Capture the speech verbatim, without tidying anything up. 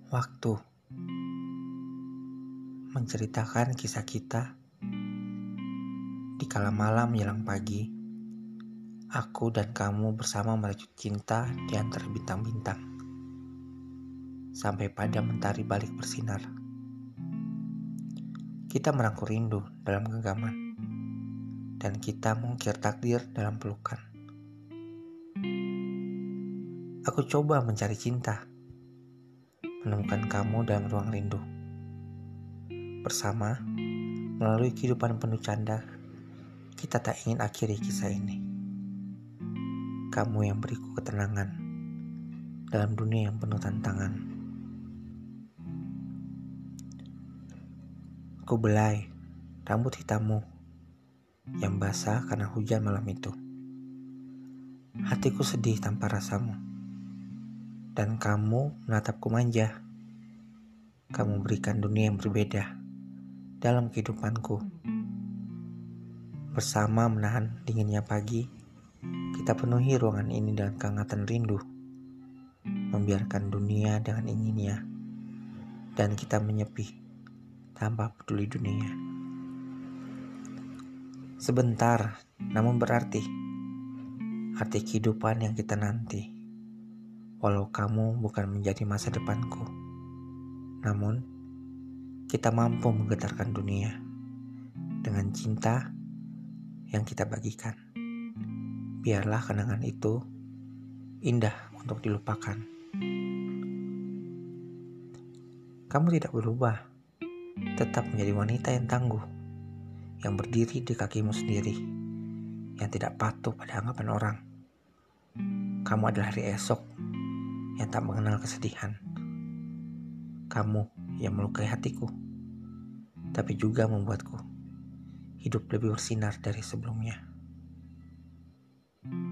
Waktu menceritakan kisah kita di kala malam menjelang pagi. Aku dan kamu bersama merajut cinta di antara bintang-bintang sampai pada mentari balik bersinar. Kita merangkul rindu dalam genggaman dan kita mengukir takdir dalam pelukan. Aku coba mencari cinta, menemukan kamu dalam ruang rindu. Bersama, melalui kehidupan penuh canda, kita tak ingin akhiri kisah ini. Kamu yang beriku ketenangan dalam dunia yang penuh tantangan. Aku belai rambut hitammu yang basah karena hujan malam itu. Hatiku sedih tanpa rasamu, dan kamu menatapku manja. Kamu berikan dunia yang berbeda dalam kehidupanku. Bersama menahan dinginnya pagi, kita penuhi ruangan ini dengan kehangatan rindu, membiarkan dunia dengan inginnya, dan kita menyepi tanpa peduli dunia. Sebentar, namun berarti, arti kehidupan yang kita nanti. Walau kamu bukan menjadi masa depanku, namun kita mampu menggetarkan dunia dengan cinta yang kita bagikan. Biarlah kenangan itu indah untuk dilupakan. Kamu tidak berubah, tetap menjadi wanita yang tangguh, yang berdiri di kakimu sendiri, yang tidak patuh pada anggapan orang. Kamu adalah hari esok yang tak mengenal kesedihan. Kamu yang melukai hatiku, tapi juga membuatku hidup lebih bersinar dari sebelumnya.